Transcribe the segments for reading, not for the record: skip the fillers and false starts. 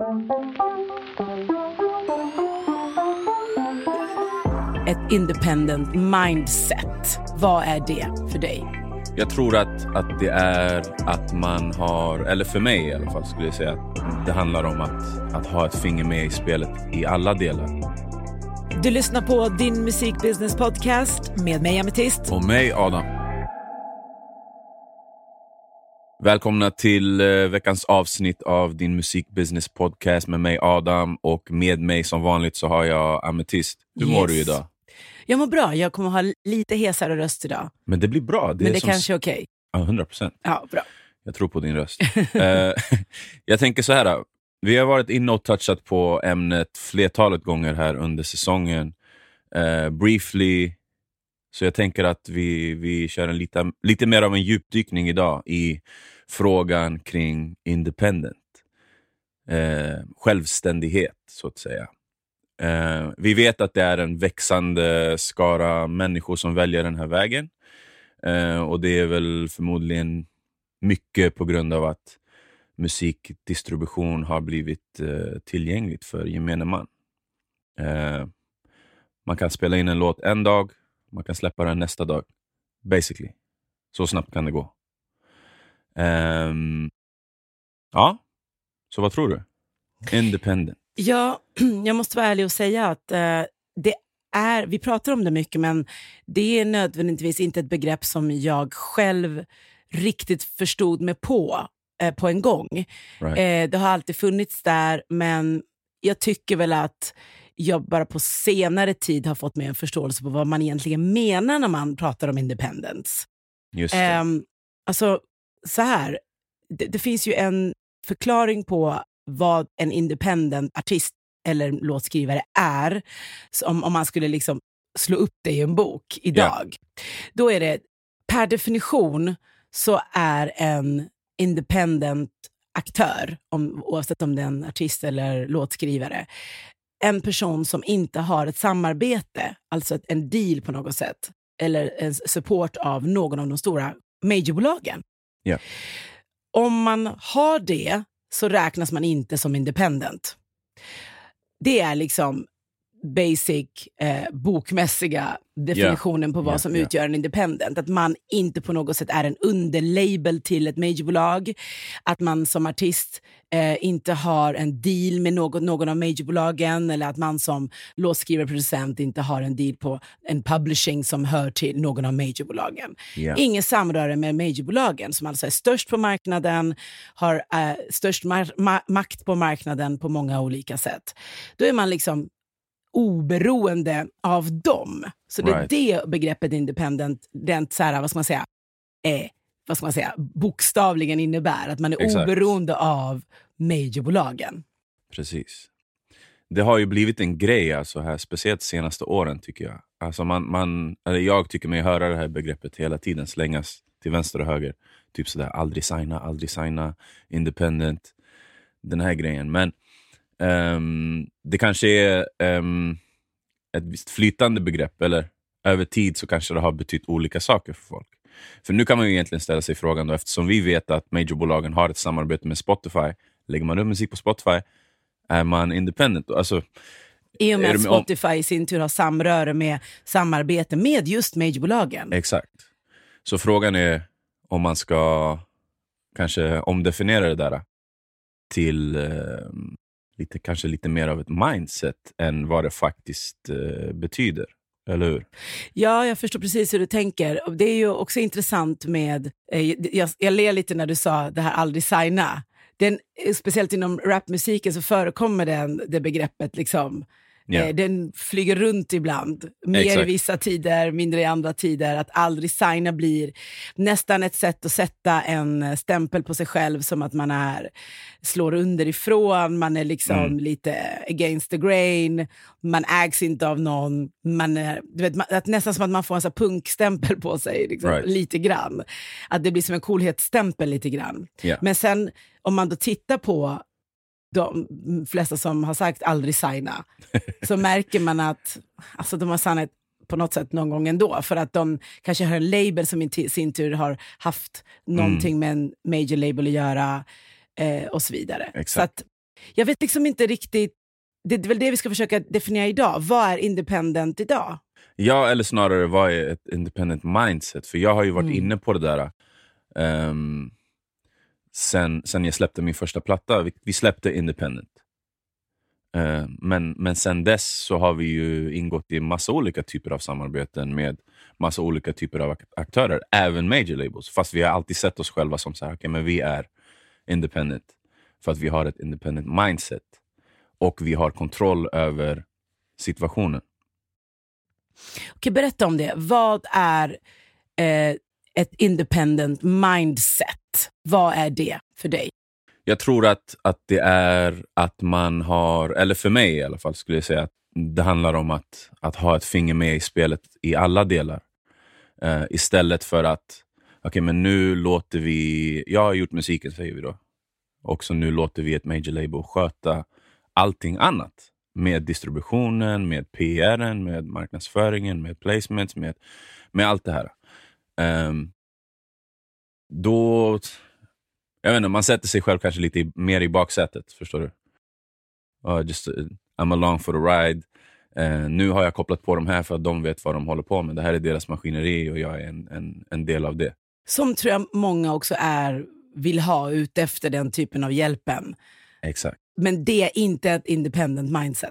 Ett independent mindset. Vad är det för dig? Jag tror att det är att man har, eller för mig i alla fall skulle jag säga, att det handlar om att ha ett finger med i spelet i alla delar. Du lyssnar på Din Musikbusiness Podcast med mig Ametist. Och mig Adam. Välkomna till veckans avsnitt av Din Musikbusiness Podcast med mig Adam. Och med mig som vanligt så har jag Ametist. Hur mår du idag? Jag mår bra, jag kommer ha lite hesare röst idag. Men det blir bra. Men det kanske är okej. Ja, 100%. Ja, bra. Jag tror på din röst. Jag tänker så här. Vi har varit inne och touchat på ämnet flertalet gånger här under säsongen. Briefly. Så jag tänker att vi kör en lite mer av en djupdykning idag i frågan kring independent. Självständighet så att säga. Vi vet att det är en växande skara människor som väljer den här vägen. Och det är väl förmodligen mycket på grund av att musikdistribution har blivit tillgängligt för gemene man. Man kan spela in en låt en dag, man kan släppa den nästa dag. Basically. Så snabbt kan det gå. Ja, så vad tror du? Independent. Ja, jag måste vara ärlig och säga att vi pratar om det mycket, men det är nödvändigtvis inte ett begrepp som jag själv riktigt förstod mig på en gång. Right. Det har alltid funnits där, men jag tycker väl att jag bara på senare tid har fått med en förståelse på vad man egentligen menar när man pratar om independence. Just det. Alltså, så här, det finns ju en förklaring på vad en independent artist eller låtskrivare är, om man skulle liksom slå upp det i en bok idag. Yeah. Då är det, per definition så är en independent aktör, oavsett om det är en artist eller låtskrivare, en person som inte har ett samarbete, alltså en deal på något sätt, eller en support av någon av de stora majorbolagen. Yeah. Om man har det så räknas man inte som independent. Det är liksom basic bokmässiga definitionen på vad som utgör en independent. Att man inte på något sätt är en underlabel till ett majorbolag. Att man som artist inte har en deal med någon av majorbolagen, eller att man som låtskrivare producent inte har en deal på en publishing som hör till någon av majorbolagen. Ingen samröre med majorbolagen, som alltså är störst på marknaden, har störst makt på marknaden på många olika sätt. Då är man liksom oberoende av dem. Så det är det begreppet independent, rent så här, vad ska man säga, bokstavligen innebär, att man är oberoende av majorbolagen. Precis. Det har ju blivit en grej alltså här, speciellt de senaste åren tycker jag. Alltså jag tycker mig höra det här begreppet hela tiden slängas till vänster och höger. Typ sådär, aldrig signa, independent, den här grejen. Men det kanske är ett visst flytande begrepp, eller över tid så kanske det har betytt olika saker för folk. För nu kan man ju egentligen ställa sig frågan då, eftersom vi vet att majorbolagen har ett samarbete med Spotify, lägger man upp musik på Spotify, är man independent? Alltså, i och med att Spotify i sin tur har samarbete med just majorbolagen. Exakt. Så frågan är om man ska kanske omdefiniera det där till kanske lite mer av ett mindset än vad det faktiskt betyder, eller hur? Ja, jag förstår precis hur du tänker. Och det är ju också intressant med, jag ler lite när du sa det här aldrig signa. Speciellt inom rapmusiken så förekommer det begreppet liksom. Den flyger runt ibland, mer i vissa tider, mindre i andra tider. Att aldrig signa blir nästan ett sätt att sätta en stämpel på sig själv, som att man slår underifrån, man är liksom lite against the grain, man ägs inte av någon, man är, du vet, att nästan som att man får en sån punkstämpel på sig liksom, lite grann, att det blir som en coolhetsstämpel lite grann. Men sen om man då tittar på de flesta som har sagt aldrig signa, så märker man att alltså, de har signat på något sätt någon gång ändå, för att de kanske har en label som i sin tur har haft någonting med en major label att göra och så vidare. Exakt. Så att Jag vet liksom inte riktigt, det är väl det vi ska försöka definiera idag. Vad är independent idag? Ja, eller snarare vad är ett independent mindset? För jag har ju varit inne på det där sen jag släppte min första platta. Vi släppte Independent. Men sen dess så har vi ju ingått i massa olika typer av samarbeten med massa olika typer av aktörer, även major labels. Fast vi har alltid sett oss själva som så här, okay, men vi är independent för att vi har ett independent mindset och vi har kontroll över situationen. Okej, berätta om det. Vad är ett independent mindset? Vad är det för dig? Jag tror att det är att man har, eller för mig i alla fall skulle jag säga att det handlar om att ha ett finger med i spelet i alla delar. Istället för att, okej, men nu låter vi, jag har gjort musiken säger vi då. Och så nu låter vi ett major label sköta allting annat. Med distributionen, med PR:en, med marknadsföringen, med placements, med allt det här. Då, jag vet inte, man sätter sig själv kanske lite mer i baksätet, förstår du? I'm along for the ride. Nu har jag kopplat på de här för att de vet vad de håller på med. Det här är deras maskineri och jag är en del av det. Som tror jag många också vill ha ut efter den typen av hjälpen. Exakt. Men det är inte ett independent mindset.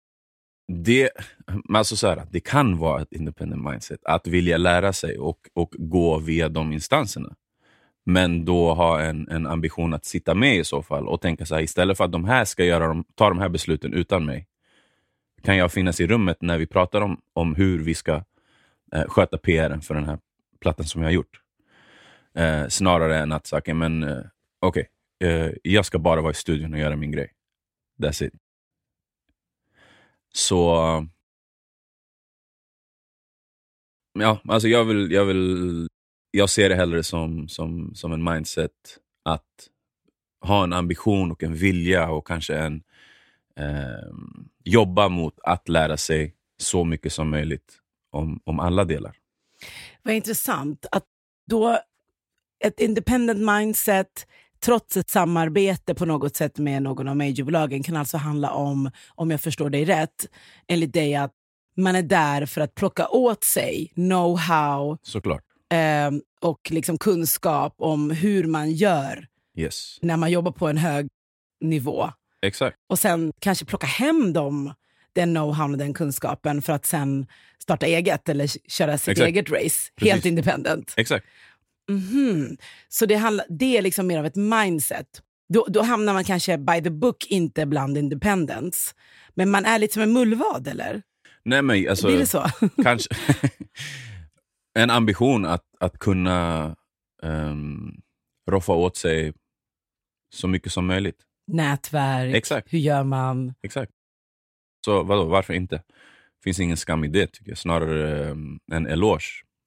Det kan vara ett independent mindset. Att vilja lära sig och gå via de instanserna. Men då ha en ambition att sitta med i så fall. Och tänka så här, istället för att de här ska ta de här besluten utan mig. Kan jag finnas i rummet när vi pratar om hur vi ska sköta PR:en för den här plattan som jag har gjort. Snarare än att säga, men okej. Jag ska bara vara i studion och göra min grej. That's it. Så ja, alltså jag ser det hellre som en mindset att ha en ambition och en vilja och kanske jobba mot att lära sig så mycket som möjligt om alla delar. Vad intressant att då ett independent mindset trots ett samarbete på något sätt med någon av majorbolagen kan alltså handla om jag förstår dig rätt, enligt dig att man är där för att plocka åt sig know-how. Såklart. Och liksom kunskap om hur man gör när man jobbar på en hög nivå. Exakt. Och sen kanske plocka hem den know-how och den kunskapen för att sen starta eget eller köra sitt eget race. Precis. Helt independent. Exakt. Mm-hmm. Så det är liksom mer av ett mindset. Då hamnar man kanske by the book inte bland independents. Men man är lite som en mullvad, eller? Nej, men alltså, blir det så? Kanske en ambition att kunna roffa åt sig så mycket som möjligt. Nätverk, exakt. Hur gör man? Exakt. Så vadå, varför inte? Finns ingen skam i det, tycker jag. Snarare en eloge.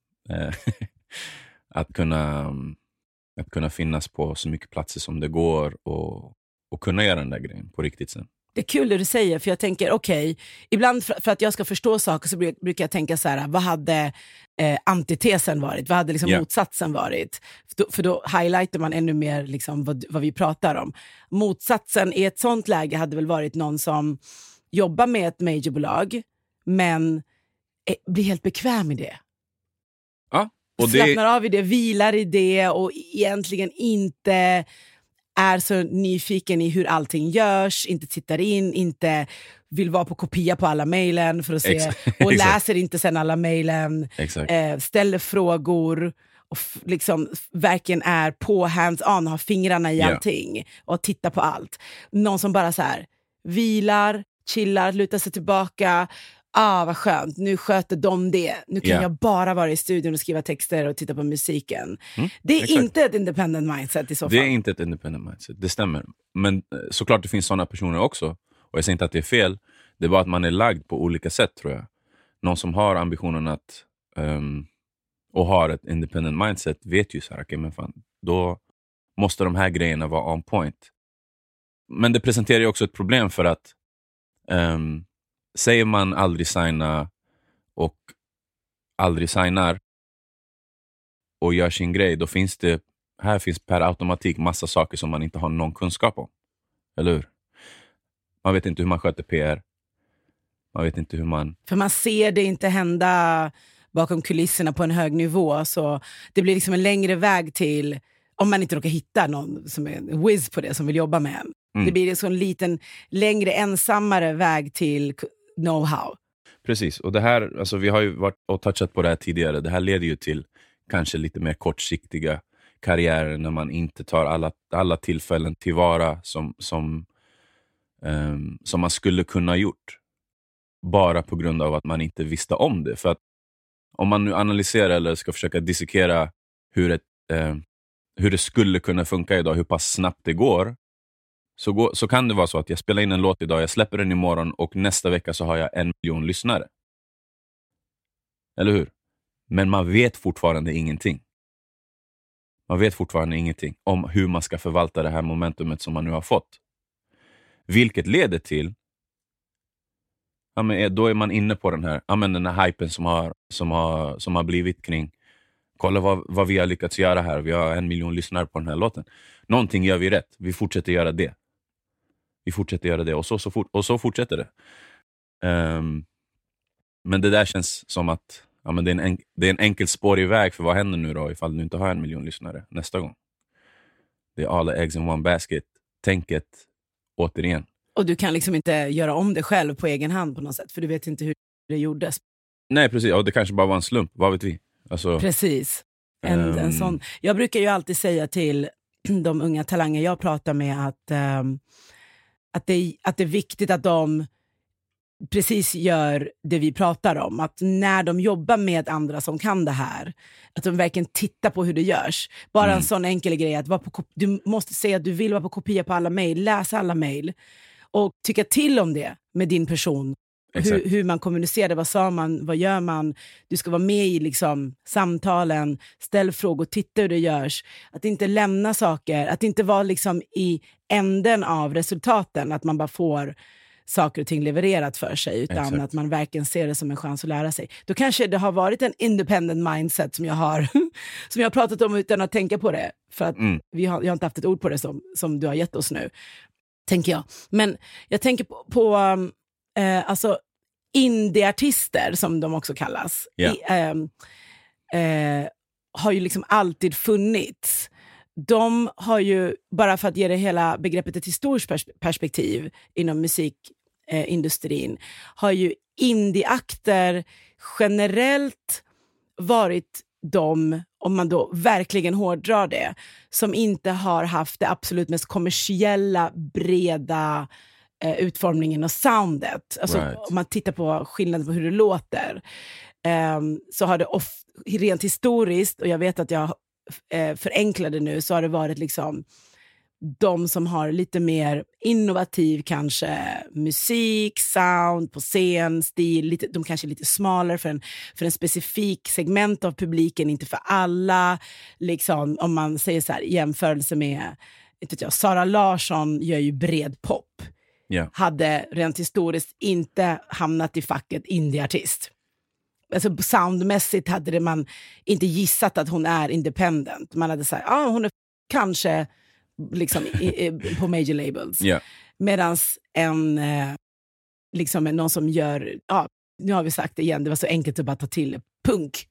Att kunna finnas på så mycket platser som det går och kunna göra den där grejen på riktigt sen. Det är kul det du säger, för jag tänker ibland för att jag ska förstå saker så brukar jag tänka så här, vad hade antitesen varit? Vad hade liksom motsatsen varit? För då highlightar man ännu mer liksom vad vi pratar om. Motsatsen i ett sånt läge hade väl varit någon som jobbar med ett majorbolag men blir helt bekväm i det. Ja. Och slappnar av i det, vilar i det och egentligen inte är så nyfiken i hur allting görs, inte tittar in, inte vill vara på kopia på alla mejlen för att se och läser inte sen alla mejlen, ställer frågor och liksom verkligen är på hands-on, har fingrarna i allting och tittar på allt. Någon som bara så här vilar, chillar, lutar sig tillbaka. Vad skönt, nu sköter de det. Nu kan jag bara vara i studion och skriva texter och titta på musiken. Det är inte ett independent mindset i så fall. Det är inte ett independent mindset, det stämmer. Men såklart det finns sådana personer också. Och jag säger inte att det är fel. Det är bara att man är lagd på olika sätt, tror jag. Någon som har ambitionen att och har ett independent mindset vet ju så här, okay, men fan, då måste de här grejerna vara on point. Men det presenterar ju också ett problem för att säger man aldrig signa och aldrig signar och gör sin grej, då finns per automatik massa saker som man inte har någon kunskap om. Eller hur? Man vet inte hur man sköter PR. Man vet inte hur man... För man ser det inte hända bakom kulisserna på en hög nivå. Så det blir liksom en längre väg till, om man inte råkar hitta någon som är en whiz på det, som vill jobba med en. Det blir liksom en liten, längre, ensammare väg till know-how. Precis, och det här, alltså vi har ju varit och touchat på det här tidigare. Det här leder ju till kanske lite mer kortsiktiga karriärer när man inte tar alla tillfällen tillvara som man skulle kunna gjort. Bara på grund av att man inte visste om det. För att om man nu analyserar eller ska försöka dissekera hur det skulle kunna funka idag, hur pass snabbt det går, så kan det vara så att jag spelar in en låt idag, jag släpper den imorgon och nästa vecka så har jag 1 miljon lyssnare. Eller hur? Men man vet fortfarande ingenting. Man vet fortfarande ingenting om hur man ska förvalta det här momentumet som man nu har fått. Vilket leder till, ja, men då är man inne på den här hypen som har blivit kring, kolla vad vi har lyckats göra här. Vi har 1 miljon lyssnare på den här låten. Någonting gör vi rätt. Vi fortsätter göra det. Och så fortsätter det. Men det där känns som att det är en enkel spårig väg, för vad händer nu då ifall du inte har 1 miljon lyssnare nästa gång? Det är alla eggs in one basket. Tänket återigen. Och du kan liksom inte göra om det själv på egen hand på något sätt, för du vet inte hur det gjordes. Nej, precis. Och det kanske bara var en slump. Vad vet vi? Alltså, precis. En sån. Jag brukar ju alltid säga till de unga talanger jag pratar med att det är viktigt att de precis gör det vi pratar om. Att när de jobbar med andra som kan det här, att de verkligen tittar på hur det görs. Bara en sån enkel grej att du måste säga att du vill vara på kopia på alla mejl, läsa alla mejl och tycka till om det med din person. Hur man kommunicerar, vad sa man, vad gör man. Du ska vara med i liksom samtalen, ställ frågor, titta hur det görs. Att inte lämna saker, att inte vara liksom i änden av resultaten, att man bara får saker och ting levererat för sig, utan att man verkligen ser det som en chans att lära sig. Då kanske det har varit en independent mindset som jag har pratat om utan att tänka på det, för att jag har inte haft ett ord på det som du har gett oss nu, tänker jag. Men jag tänker på alltså indie-artister, som de också kallas, har ju liksom alltid funnits. De har ju, bara för att ge det hela begreppet ett historiskt perspektiv inom musikindustrin, har ju indie-akter generellt varit de, om man då verkligen hårdrar det, som inte har haft det absolut mest kommersiella, breda utformningen och soundet. Alltså, om man tittar på skillnaden på hur det låter, så har det rent historiskt, och jag vet att jag förenklade nu, så har det varit liksom de som har lite mer innovativ kanske musik, sound på scen, stil, de kanske är lite smalare för en specifik segment av publiken, inte för alla. Liksom, om man säger så här, i jämförelse med Sara Larsson gör ju bred pop. Hade rent historiskt inte hamnat i facket indieartist. Alltså soundmässigt hade man inte gissat att hon är independent. Man hade sagt, hon är kanske liksom på major labels. Medans liksom någon som gör, nu har vi sagt det igen, det var så enkelt att bara ta till punk.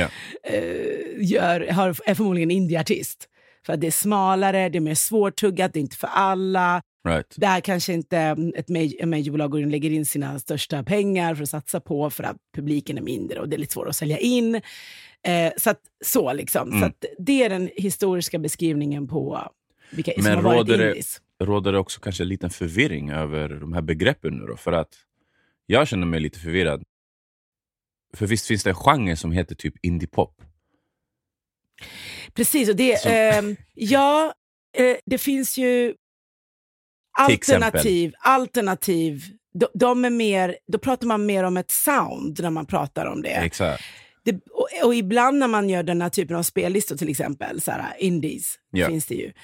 Är förmodligen indieartist. För att det är smalare, det är mer svårtuggat, det är inte för alla. Där kanske inte en majorbolag går in och lägger in sina största pengar för att satsa på, för att publiken är mindre och det är lite svårt att sälja in. Så att det är den historiska beskrivningen på vilka som har varit indies. Råder det också kanske en liten förvirring över de här begreppen nu då? För att jag känner mig lite förvirrad. För visst finns det en genre som heter typ indie-pop? Precis, och det det finns ju alternativ. De är mer, då pratar man mer om ett sound när man pratar om det. Exakt. Och ibland när man gör den här typen av spellistor, till exempel så här, indies, finns det ju.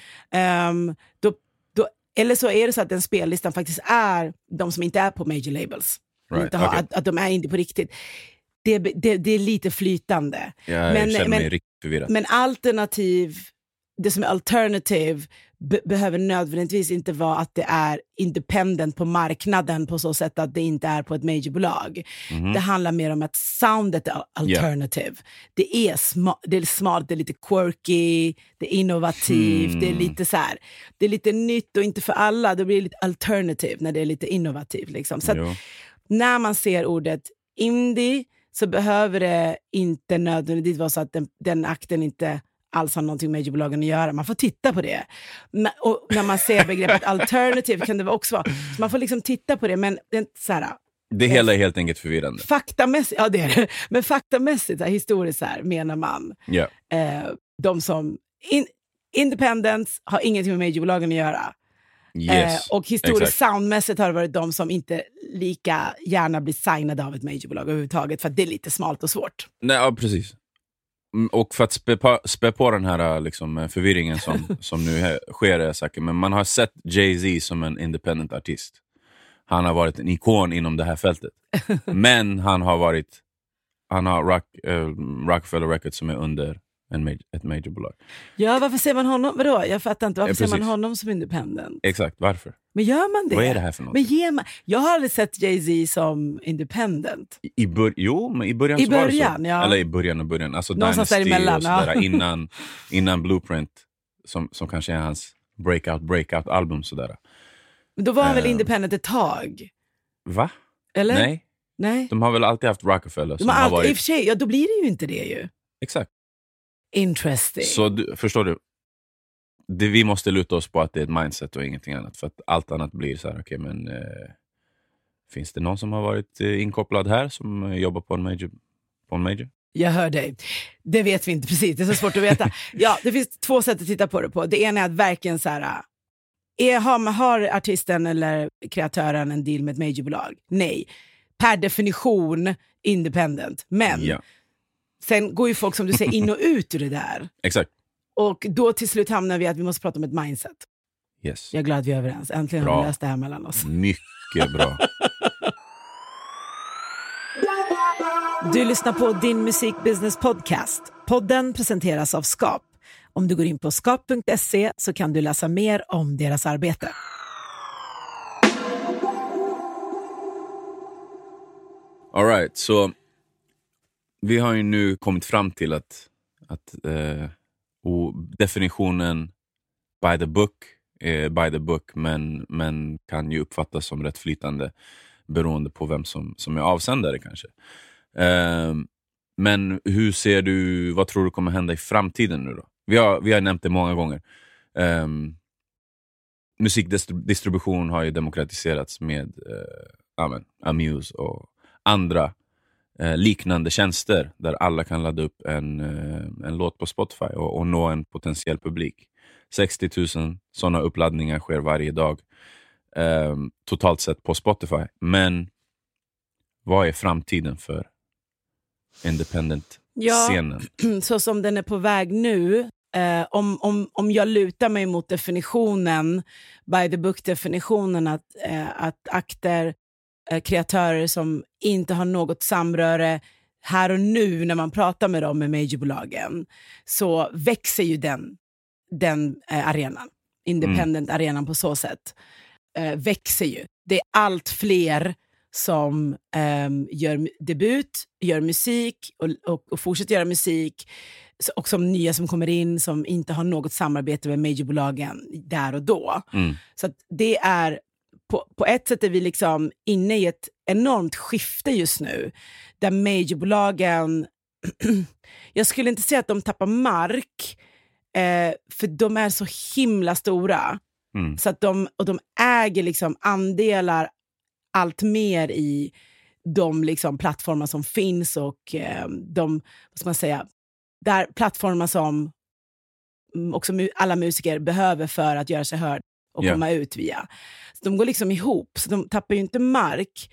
Eller så är det så att den spellistan faktiskt är de som inte är på major labels. Att de är indie på riktigt. Det är lite flytande. Jag känner mig riktigt förvirrad. Men alternativ, det som är alternative, behöver nödvändigtvis inte vara att det är independent på marknaden på så sätt att det inte är på ett majorbolag. Det handlar mer om att soundet är alternative. Det är smart, det är lite quirky, det är innovativt, det är lite så här, det är lite nytt och inte för alla, det blir lite alternative när det är lite innovativt liksom. Så att när man ser ordet indie så behöver det inte nödvändigtvis vara så att den akten inte alls har någonting med majorbolagen att göra. Man får titta på det. Och när man ser begreppet alternative kan det också vara. Så man får liksom titta på det, men det är så här. Det hela är helt enkelt förvirrande. Faktamässigt, ja det är det. Men faktamässigt, historiskt så här, menar man de som independence har ingenting med majorbolagen att göra. Yes, och historiskt soundmässigt har det varit de som inte lika gärna blir signade av ett majorbolag överhuvudtaget, för att det är lite smalt och svårt. Nej, ja, precis. Och för att spä på den här liksom, förvirringen som nu sker är säkert, men man har sett Jay-Z som en independent artist. Han har varit en ikon inom det här fältet. Men han har Rockefeller Records som är under ett majorbolag. Ja, varför ser man honom? Vadå? Jag fattar inte. Varför ser man honom som independent? Exakt, varför? Men gör man det? Vad är det här för något? Jag har aldrig sett Jay-Z som independent. Men i början så var det så. Ja. Eller i början. Alltså någonstans däremellan. Och sådär, innan Blueprint, som kanske är hans breakout-album. Sådär. Men då var han väl independent ett tag? Va? Eller? Nej. De har väl alltid haft Rockefeller. De har alltid, varit... I och för sig, ja då blir det ju inte det ju. Exakt. Interesting. Så förstår du? Vi måste luta oss på att det är ett mindset och ingenting annat. För att allt annat blir så här, okej, men finns det någon som har varit inkopplad här som jobbar på en major? Jag hör dig. Det vet vi inte precis, det är så svårt att veta. Ja, det finns två sätt att titta på det på. Det ena är att verkligen så här, har artisten eller kreatören en deal med ett majorbolag? Nej. Per definition independent. Men sen går ju folk, som du säger, in och ut ur det där. Exakt. Och då till slut hamnar vi att vi måste prata om ett mindset. Yes. Jag är glad att vi är överens. Äntligen har vi löst det här mellan oss. Mycket bra. Du lyssnar på Din Musikbusiness Podcast. Podden presenteras av Skap. Om du går in på skap.se så kan du läsa mer om deras arbete. All right, så vi har ju nu kommit fram till att definitionen by the book är by the book, men kan ju uppfattas som rätt flytande beroende på vem som är avsändare kanske. Men hur ser du, vad tror du kommer hända i framtiden nu då? Vi har nämnt det många gånger. Musikdistribution har ju demokratiserats med Amuse och andra liknande tjänster där alla kan ladda upp en låt på Spotify och nå en potentiell publik. 60 000 sådana uppladdningar sker varje dag totalt sett på Spotify. Men vad är framtiden för independent-scenen? Så som den är på väg nu, om jag lutar mig mot definitionen, by the book-definitionen, att akter, kreatörer som inte har något samröre här och nu när man pratar med dem med majorbolagen, så växer ju den arenan, independent-arenan på så sätt, växer ju. Det är allt fler som gör debut, gör musik och fortsätter göra musik, och som nya som kommer in som inte har något samarbete med majorbolagen där och då. Så att det är på ett sätt är vi liksom inne i ett enormt skifte just nu där majorbolagen jag skulle inte säga att de tappar mark, för de är så himla stora, så att de äger liksom andelar allt mer i de liksom plattformar som finns, och de, vad ska man säga, där plattformar som också alla musiker behöver för att göra sig hörd och komma ut via. Så de går liksom ihop, så de tappar ju inte mark.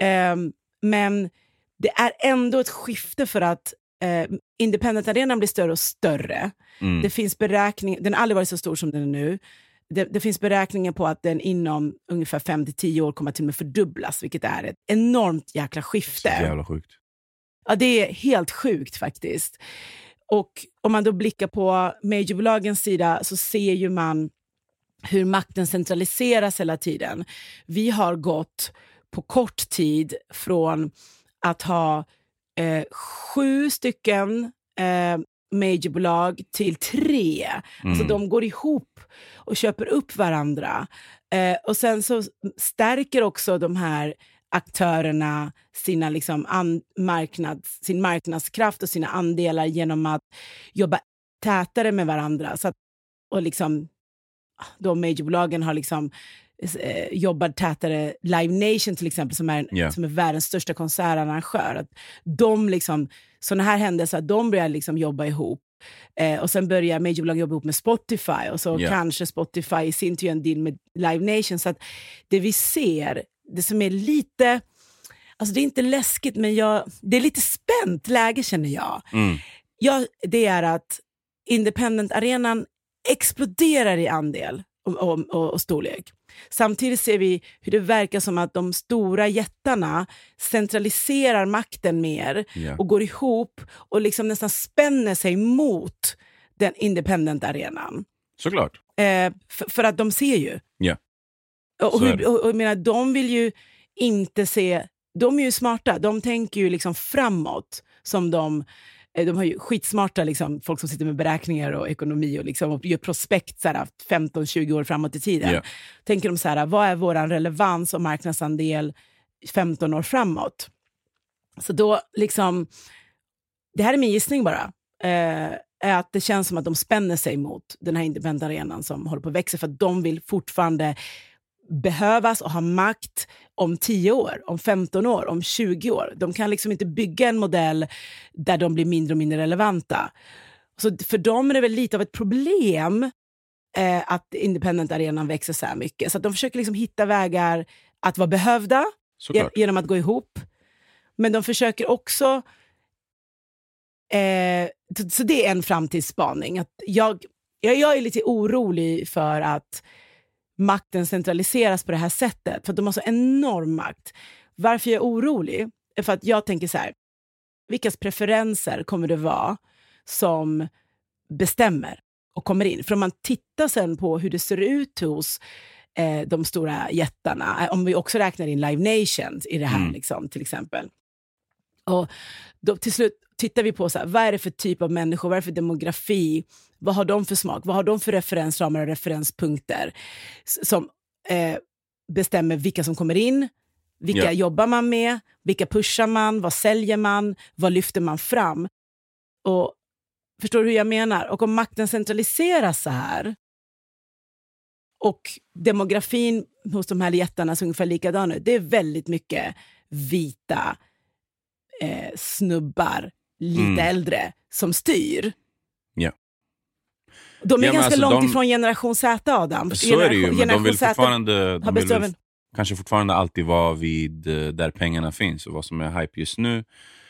Men det är ändå ett skifte för att independent-arenan blir större och större. Det finns beräkningar, den har aldrig varit så stor som den är nu. Det finns beräkningar på att den inom ungefär 5-10 år kommer till och med fördubblas, vilket är ett enormt jäkla skifte. Så jävla sjukt. Ja, det är helt sjukt faktiskt. Och om man då blickar på majorbolagens sida så ser ju man hur makten centraliseras hela tiden. Vi har gått på kort tid från att ha 7 stycken majorbolag till 3. Alltså de går ihop och köper upp varandra. Och sen så stärker också de här aktörerna sina liksom sin marknadskraft och sina andelar genom att jobba tätare med varandra. Så att, och liksom de majorbolagen har liksom jobbat tätare. Live Nation till exempel som är världens största konsertarrangör, att de liksom, såna här händelser, de börjar liksom jobba ihop. Och sen börjar majorbolag jobba ihop med Spotify, och så kanske Spotify i sin tur en deal med Live Nation. Så att det vi ser, det som är lite, alltså det är inte läskigt, men det är lite spänt läge, känner jag. Det är att independent-arenan exploderar i andel och storlek. Samtidigt ser vi hur det verkar som att de stora jättarna centraliserar makten mer och går ihop och liksom nästan spänner sig mot den independent-arenan. Såklart. För att de ser ju. Ja. Och jag menar, de vill ju inte se, de är ju smarta, de tänker ju liksom framåt, som de har ju skitsmarta liksom, folk som sitter med beräkningar och ekonomi och, liksom, och gör prospekt 15-20 år framåt i tiden. Tänker de så här, vad är våran relevans och marknadsandel 15 år framåt? Så då liksom, det här är min gissning bara, är att det känns som att de spänner sig mot den här independent arenan som håller på att växa, för att de vill fortfarande behövas och ha makt om 10 år, om 15 år, om 20 år. De kan liksom inte bygga en modell där de blir mindre och mindre relevanta. Så för dem är det väl lite av ett problem att independent-arenan växer så här mycket. Så att de försöker liksom hitta vägar att vara behövda genom att gå ihop. Men de försöker också så det är en framtidsspaning. Att jag är lite orolig för att makten centraliseras på det här sättet, för att de har så enorm makt. Varför jag är orolig är för att jag tänker så här: vilkas preferenser kommer det vara som bestämmer och kommer in? För om man tittar sen på hur det ser ut hos de stora jättarna, om vi också räknar in Live Nations i det här liksom, till exempel. Och då till slut tittar vi på så här, vad är det för typ av människor, vad är det för demografi, vad har de för smak, vad har de för referensramar och referenspunkter som bestämmer vilka som kommer in, vilka jobbar man med, vilka pushar man, vad säljer man, vad lyfter man fram. Och förstår du hur jag menar? Och om makten centraliseras så här och demografin hos de här jättarna är ungefär likadan nu, det är väldigt mycket vita snubbar, lite äldre, som styr. Ja. De är ganska långt ifrån generation Z, Adam. Så är det ju, men de vill fortfarande, kanske fortfarande alltid vara vid där pengarna finns och vad som är hype just nu.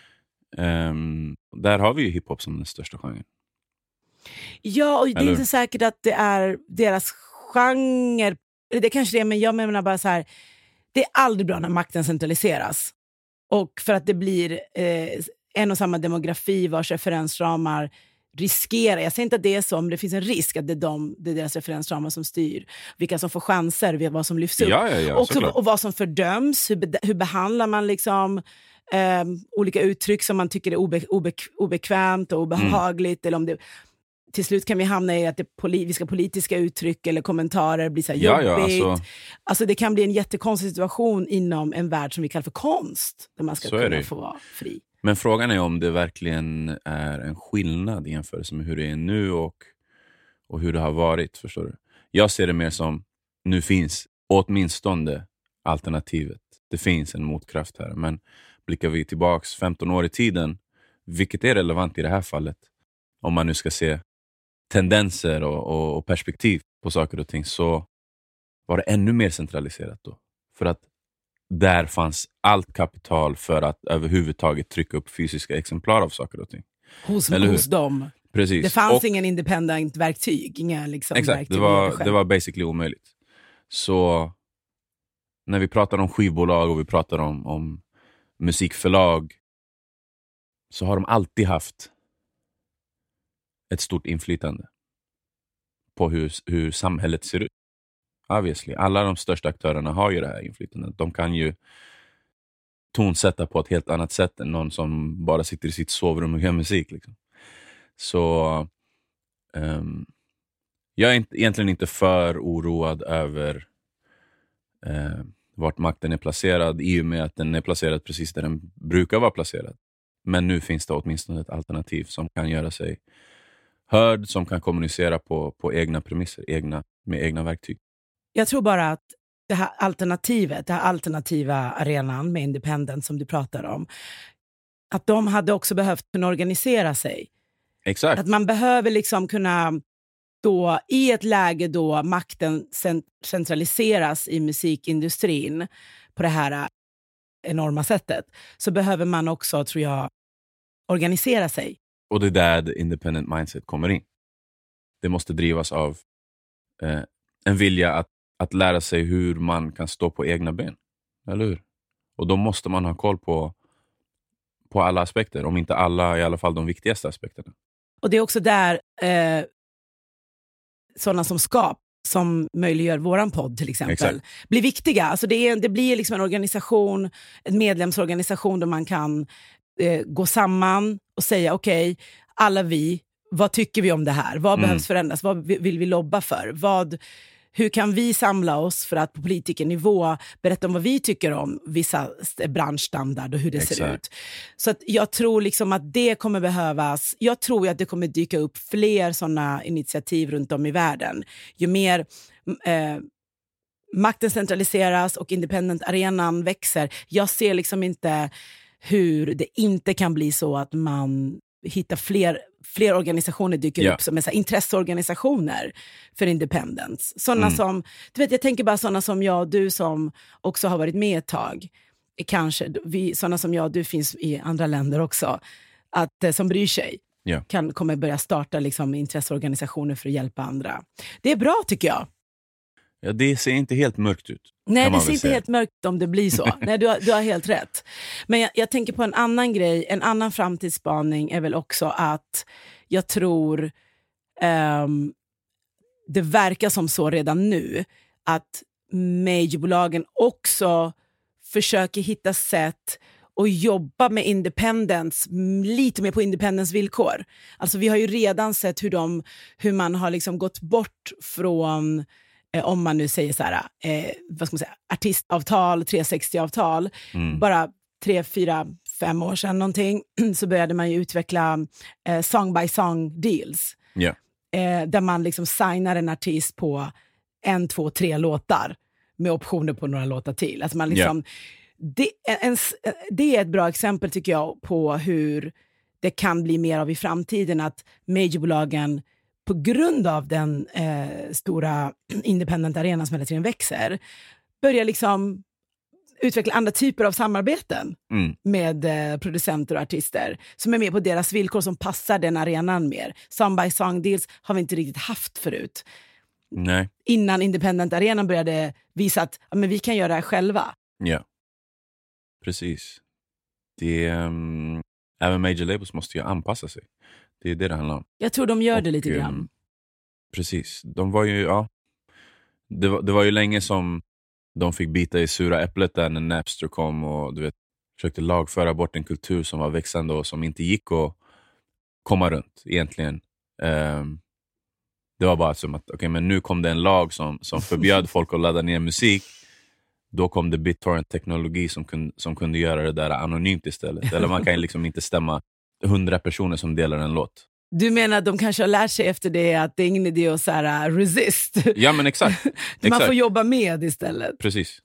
Där har vi ju hiphop som den största genren. Ja, och det är inte säkert att det är deras genre. Det kanske det är, men jag menar bara så här, det är aldrig bra när makten centraliseras. Och för att det blir en och samma demografi vars referensramar riskerar, jag säger inte att det är så, men det finns en risk att det är deras referensramar som styr vilka som får chanser, vad som lyfts upp. Och vad som fördöms, hur behandlar man liksom olika uttryck som man tycker är obekvämt och obehagligt, eller om det till slut kan vi hamna i att vissa politiska uttryck eller kommentarer blir så här jobbigt. Alltså det kan bli en jättekonstig situation inom en värld som vi kallar för konst, där man ska kunna få vara fri. Men frågan är om det verkligen är en skillnad i jämförelse med hur det är nu och hur det har varit, förstår du? Jag ser det mer som, nu finns åtminstone alternativet. Det finns en motkraft här, men blickar vi tillbaks 15 år i tiden, vilket är relevant i det här fallet, om man nu ska se tendenser och perspektiv på saker och ting, så var det ännu mer centraliserat då. För att där fanns allt kapital för att överhuvudtaget trycka upp fysiska exemplar av saker och ting. Hos dem. Precis. Det fanns ingen independent verktyg. Inga liksom exakt, verktyg det var basically omöjligt. Så när vi pratar om skivbolag och vi pratar om musikförlag, så har de alltid haft ett stort inflytande på hur samhället ser ut. Obviously. Alla de största aktörerna har ju det här inflytandet. De kan ju tonsätta på ett helt annat sätt än någon som bara sitter i sitt sovrum och gör musik. Liksom. Så jag är egentligen inte för oroad över vart makten är placerad, i och med att den är placerad precis där den brukar vara placerad. Men nu finns det åtminstone ett alternativ som kan göra sig hörd, som kan kommunicera på egna premisser, med egna verktyg. Jag tror bara att det här alternativa arenan med Independent som du pratar om, att de hade också behövt kunna organisera sig. Exakt. Att man behöver liksom kunna då, i ett läge då makten centraliseras i musikindustrin på det här enorma sättet, så behöver man också, tror jag, organisera sig. Och det är där the independent mindset kommer in. Det måste drivas av en vilja att lära sig hur man kan stå på egna ben. Eller hur? Och då måste man ha koll på alla aspekter. Om inte alla, i alla fall de viktigaste aspekterna. Och det är också där sådana som Skap, som möjliggör våran podd till exempel, blir viktiga. Alltså det blir liksom en organisation, en medlemsorganisation där man kan gå samman och säga okej, alla vi, vad tycker vi om det här? Vad behövs förändras? Vad vill vi lobba för? Hur kan vi samla oss för att på politikernivå berätta om vad vi tycker om vissa branschstandard och hur det ser ut? Så att jag tror liksom att det kommer behövas. Jag tror att det kommer dyka upp fler sådana initiativ runt om i världen. Ju mer makten centraliseras och independent-arenan växer. Jag ser liksom inte hur det inte kan bli så att man hittar fler organisationer dyker upp som är så här intresseorganisationer för independence. Sådana som, du vet, jag tänker bara sådana som jag och du som också har varit med ett tag. Kanske, sådana som jag och du finns i andra länder också. Som bryr sig. Kommer börja starta liksom intresseorganisationer för att hjälpa andra. Det är bra tycker jag. Ja, det ser inte helt mörkt ut. Nej, det ser inte helt mörkt om det blir så. Nej, du har helt rätt. Men jag tänker på en annan grej. En annan framtidsspaning är väl också att jag tror det verkar som så redan nu att majorbolagen också försöker hitta sätt och jobba med independence lite mer på independence villkor. Alltså vi har ju redan sett hur man har liksom gått bort från, om man nu säger så här, vad ska man säga, artistavtal, 360-avtal. Bara 3, 4, 5 år sedan någonting så började man ju utveckla song by song deals. Där man liksom signar en artist på 1, 2, 3 låtar med optioner på några låtar till. Alltså man liksom, det är ett bra exempel tycker jag på hur det kan bli mer av i framtiden, att majorbolagen på grund av den stora independent arenan som hela tiden växer börjar liksom utveckla andra typer av samarbeten med producenter och artister som är med på deras villkor, som passar den arenan mer. Song by song deals har vi inte riktigt haft förut. Nej. Innan independent arenan började visa att men vi kan göra det här själva. Ja, precis. Även major labels måste ju anpassa sig. Det är det handlar om. Jag tror de gör det lite grann. Precis. De var ju, det var ju länge som de fick bita i sura äpplet där när Napster kom och du vet, försökte lagföra bort en kultur som var växande och som inte gick att komma runt egentligen. Det var bara som att men nu kom det en lag som förbjöd folk att ladda ner musik. Då kom det BitTorrent-teknologi som kunde göra det där anonymt istället. Eller man kan liksom inte stämma 100 personer som delar en låt. Du menar att de kanske har lärt sig efter det att det är ingen idé att så här, resist? Ja, men exakt. Man får jobba med istället. Precis.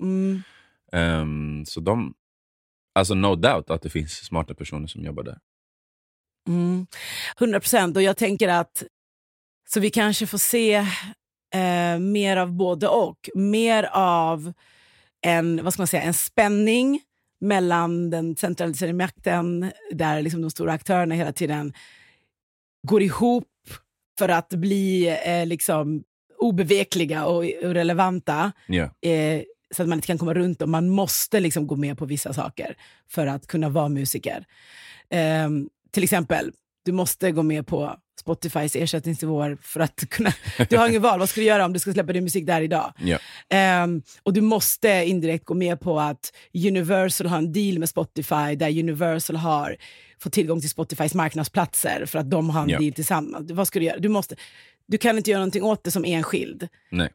Så alltså no doubt att det finns smarta personer som jobbar där. 100%. Och jag tänker att så vi kanske får se mer av både och. Mer av en spänning mellan den centraliserade makten där liksom de stora aktörerna hela tiden går ihop för att bli liksom obevekliga och relevanta. Så att man inte kan komma runt och man måste liksom gå med på vissa saker för att kunna vara musiker. Till exempel, du måste gå med på Spotifys ersättningsnivåer för att kunna... Du har ingen val, vad ska du göra om du ska släppa din musik där idag? Ja. Och du måste indirekt gå med på att Universal har en deal med Spotify där Universal får tillgång till Spotifys marknadsplatser för att de har en deal tillsammans. Vad ska du göra? Du kan inte göra någonting åt det som enskild. Nej.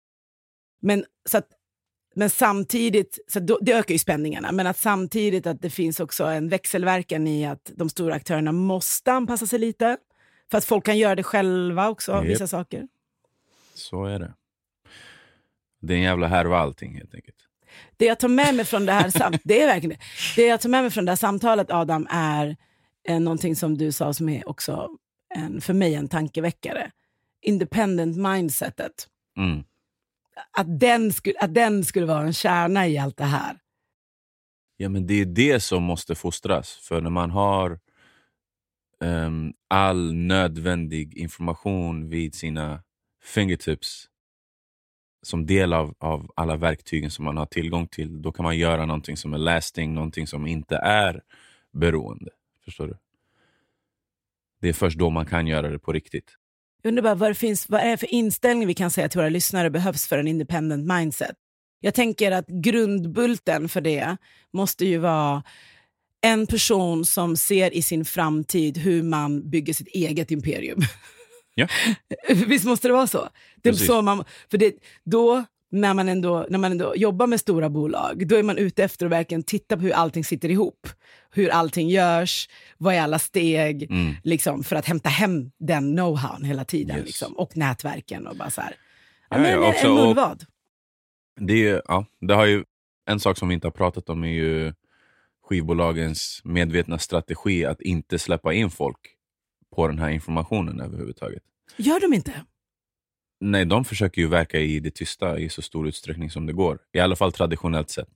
Men samtidigt, det ökar ju spänningarna, men att samtidigt att det finns också en växelverkan i att de stora aktörerna måste anpassa sig lite för att folk kan göra det själva också, vissa saker. Så är det. Det är en jävla härva allting helt enkelt. Det jag tar med mig från det här det är verkligen det jag tar med mig från det här samtalet, Adam, är någonting som du sa som är också för mig en tankeväckare. Independent mindsetet. Mm. Att den skulle vara en kärna i allt det här. Ja, men det är det som måste fostras. För när man har all nödvändig information vid sina fingertips som del av alla verktygen som man har tillgång till, då kan man göra någonting som är lasting, någonting som inte är beroende. Förstår du? Det är först då man kan göra det på riktigt. Jag undrar bara vad är det för inställning vi kan säga till våra lyssnare behövs för en independent mindset? Jag tänker att grundbulten för det måste ju vara en person som ser i sin framtid hur man bygger sitt eget imperium. Ja. Visst måste det vara så? Det är så då när man ändå jobbar med stora bolag, då är man ute efter att verkligen titta på hur allting sitter ihop. Hur allting görs, vad är alla steg liksom, för att hämta hem den know-how hela tiden. Yes. Liksom, och nätverken och bara så här. Det har ju en sak som vi inte har pratat om är ju skivbolagens medvetna strategi att inte släppa in folk på den här informationen överhuvudtaget. Gör de inte? Nej, de försöker ju verka i det tysta i så stor utsträckning som det går. I alla fall traditionellt sett.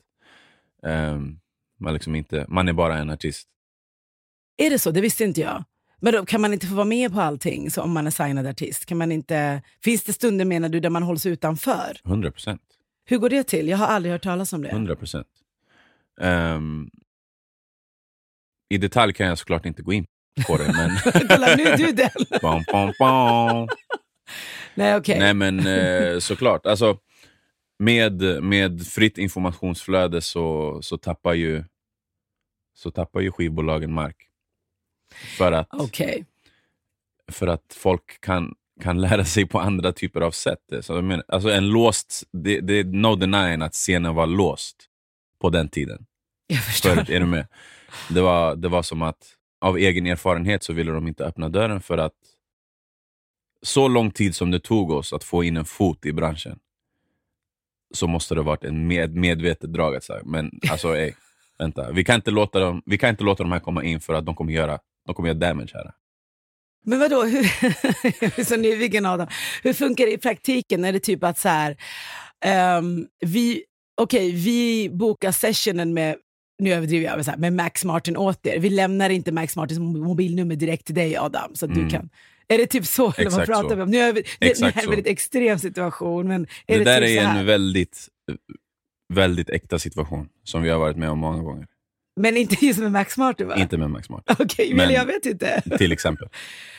Man är bara en artist. Är det så? Det visste inte jag. Men då kan man inte få vara med på allting så om man är signad artist? Kan man inte... Finns det stunder, menar du, där man hålls utanför? 100%. Hur går det till? Jag har aldrig hört talas om det. 100%. I detalj kan jag såklart inte gå in på det, men... Kolla, nu är du den! Bom, bom, bom. Nej, okej. Nej, men såklart. Alltså, med fritt informationsflöde så tappar ju skivbolagen mark. För att folk kan lära sig på andra typer av sätt. Så jag menar, alltså en låst, det är no denying att scenen var låst på den tiden. Jag förstår. Är du med? Det var som att av egen erfarenhet så ville de inte öppna dörren för att så lång tid som det tog oss att få in en fot i branschen så måste det ha varit en medvetet drag att säga. Men alltså, vänta. Vi kan inte låta de här komma in för att de kommer göra damage här. Men vadå, hur så nyfiken av dem. Hur funkar det i praktiken? Är det typ att så här, vi bokar sessionen med, nu överdriver jag så här, med Max Martin åt er. Vi lämnar inte Max Martins mobilnummer direkt till dig, Adam, så att du kan. Är det typ så eller vad pratar vi om? Nu är det här en väldigt extrem situation, men är det där typ är så här? En väldigt väldigt äkta situation som vi har varit med om många gånger. Men inte just med Max Martin, va? Inte med Max Martin. Okej, men jag vet inte. Till exempel.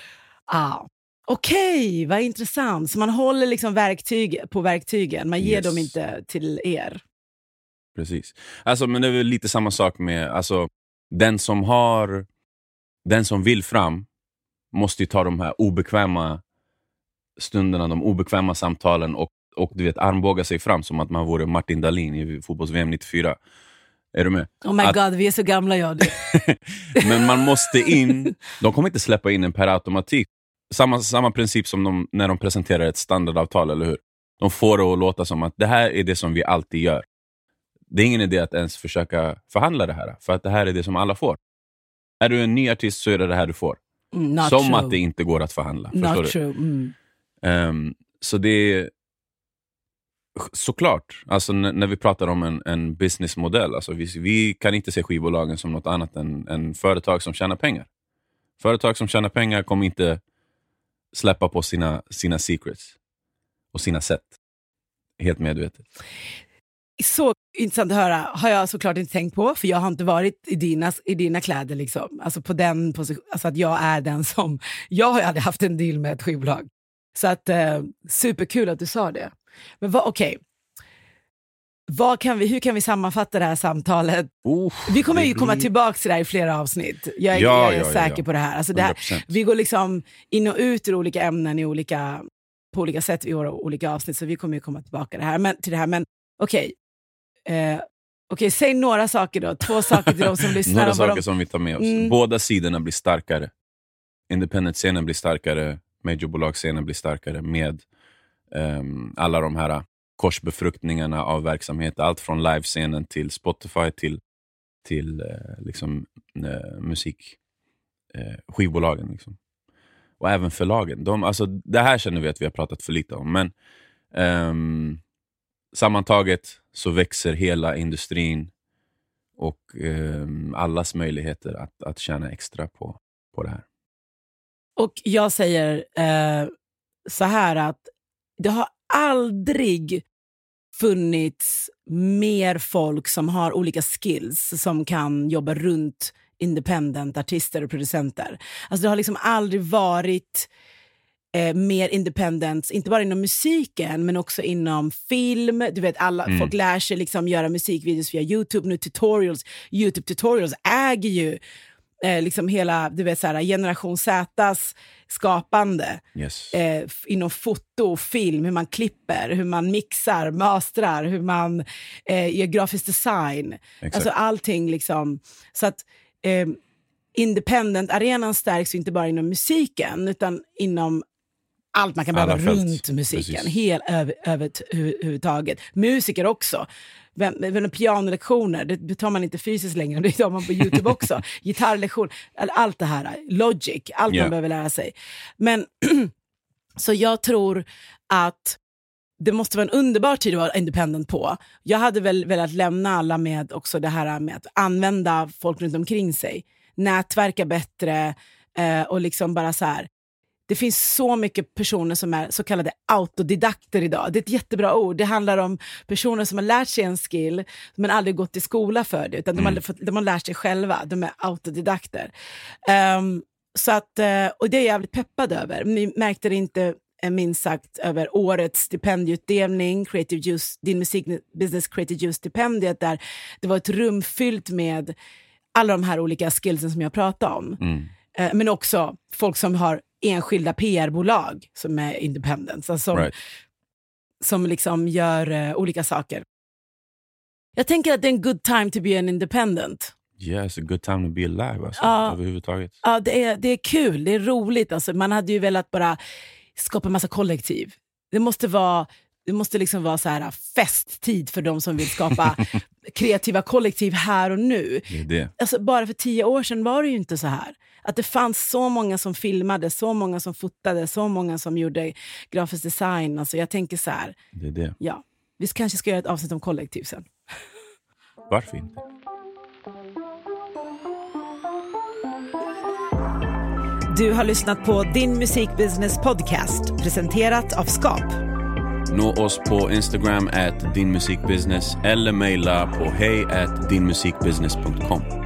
Okej, vad intressant. Så man håller liksom verktygen. Man ger dem inte till er. Precis. Alltså, men det är väl lite samma sak med, alltså, den som vill fram måste ju ta de här obekväma stunderna, de obekväma samtalen och du vet, armbåga sig fram som att man vore Martin Dahlin i fotbolls-VM 94. Är du med? Oh my god, vi är så gamla, jag du. Men man måste in, de kommer inte släppa in en per automatik. Samma princip som när de presenterar ett standardavtal, eller hur? De får det att låta som att det här är det som vi alltid gör. Det är ingen idé att ens försöka förhandla det här, för att det här är det som alla får. Är du en ny artist så är det här du får. Som true. Att det inte går att förhandla. Not true. Så det är såklart, alltså när vi pratar om en businessmodell, alltså vi kan inte se skivbolagen som något annat än företag som tjänar pengar. Företag som tjänar pengar kommer inte släppa på sina secrets och sina sätt. Helt medvetet. Så intressant att höra, har jag såklart inte tänkt på, för jag har inte varit i dina kläder liksom. Alltså på den position, alltså att jag är den som, jag har ju aldrig haft en deal med ett skivbolag. Så att superkul att du sa det. Men okej. Hur kan vi sammanfatta det här samtalet? Vi kommer ju komma tillbaka till det här i flera avsnitt. Jag är säker på det här. Alltså det här, vi går liksom in och ut ur olika ämnen på olika sätt i våra olika avsnitt, så vi kommer ju komma tillbaka till det här. Men okej, säg några saker då. 2 saker till de som lyssnar. Några saker som vi tar med oss. Båda sidorna blir starkare. Independent-scenen blir starkare. Majorbolagscenen blir starkare med alla de här korsbefruktningarna av verksamhet. Allt från livescenen till Spotify till liksom, musik. Skivbolagen liksom. Och även förlagen. Alltså, det här känner vi att vi har pratat för lite om. Men sammantaget så växer hela industrin och allas möjligheter att tjäna extra på det här. Och jag säger så här att det har aldrig funnits mer folk som har olika skills som kan jobba runt independent artister och producenter. Alltså det har liksom aldrig varit mer independence, inte bara inom musiken men också inom film. Du vet, folk lär sig liksom göra musikvideos via YouTube nu, YouTube tutorials äger ju liksom hela, du vet, så här, generation Z:s skapande. Yes. Inom foto och film, hur man klipper, hur man mixar, mastrar, hur man gör grafisk design. Exakt. Alltså allting liksom. Så att independent-arenan stärks inte bara inom musiken utan inom allt man kan behöva runt musiken. Överhuvudtaget. Musiker också. Pianolektioner, det tar man inte fysiskt längre, det tar man på YouTube också. Gitarrlektion, allt det här. Logic, allt man behöver lära sig. Men så jag tror att det måste vara en underbar tid att vara independent på. Jag hade väl velat lämna alla med också det här med att använda folk runt omkring sig. Nätverka bättre och liksom bara så här. Det finns så mycket personer som är så kallade autodidakter idag. Det är ett jättebra ord. Det handlar om personer som har lärt sig en skill men aldrig gått i skola för det. Utan de har lärt sig själva. De är autodidakter. Så att, och det är jag jävligt peppad över. Ni märkte det inte minst sagt över årets stipendieutdelning, Creative Juice, din musikbusiness Creative Juice stipendiet, där det var ett rum fyllt med alla de här olika skillsen som jag pratade om. Men också folk som har enskilda PR-bolag som är independent, alltså som liksom gör olika saker. Jag tänker att det är en good time to be an independent. Yeah, it's a good time to be alive alltså, överhuvudtaget. Ja, det är kul, det är roligt alltså. Man hade ju velat bara skapa en massa kollektiv. Det måste liksom vara så här festtid för de som vill skapa kreativa kollektiv här och nu. Det. Alltså, bara för 10 år sedan var det ju inte så här. Att det fanns så många som filmade, så många som fotade, så många som gjorde grafisk design. Alltså jag tänker så här. Det är det. Ja, vi kanske ska göra ett avsnitt om kollektiv sen. Varför inte? Du har lyssnat på Din Musikbusiness Podcast, presenterat av Skap. Nå oss på Instagram @dinmusikbusiness eller mejla på hej@dinmusikbusiness.com.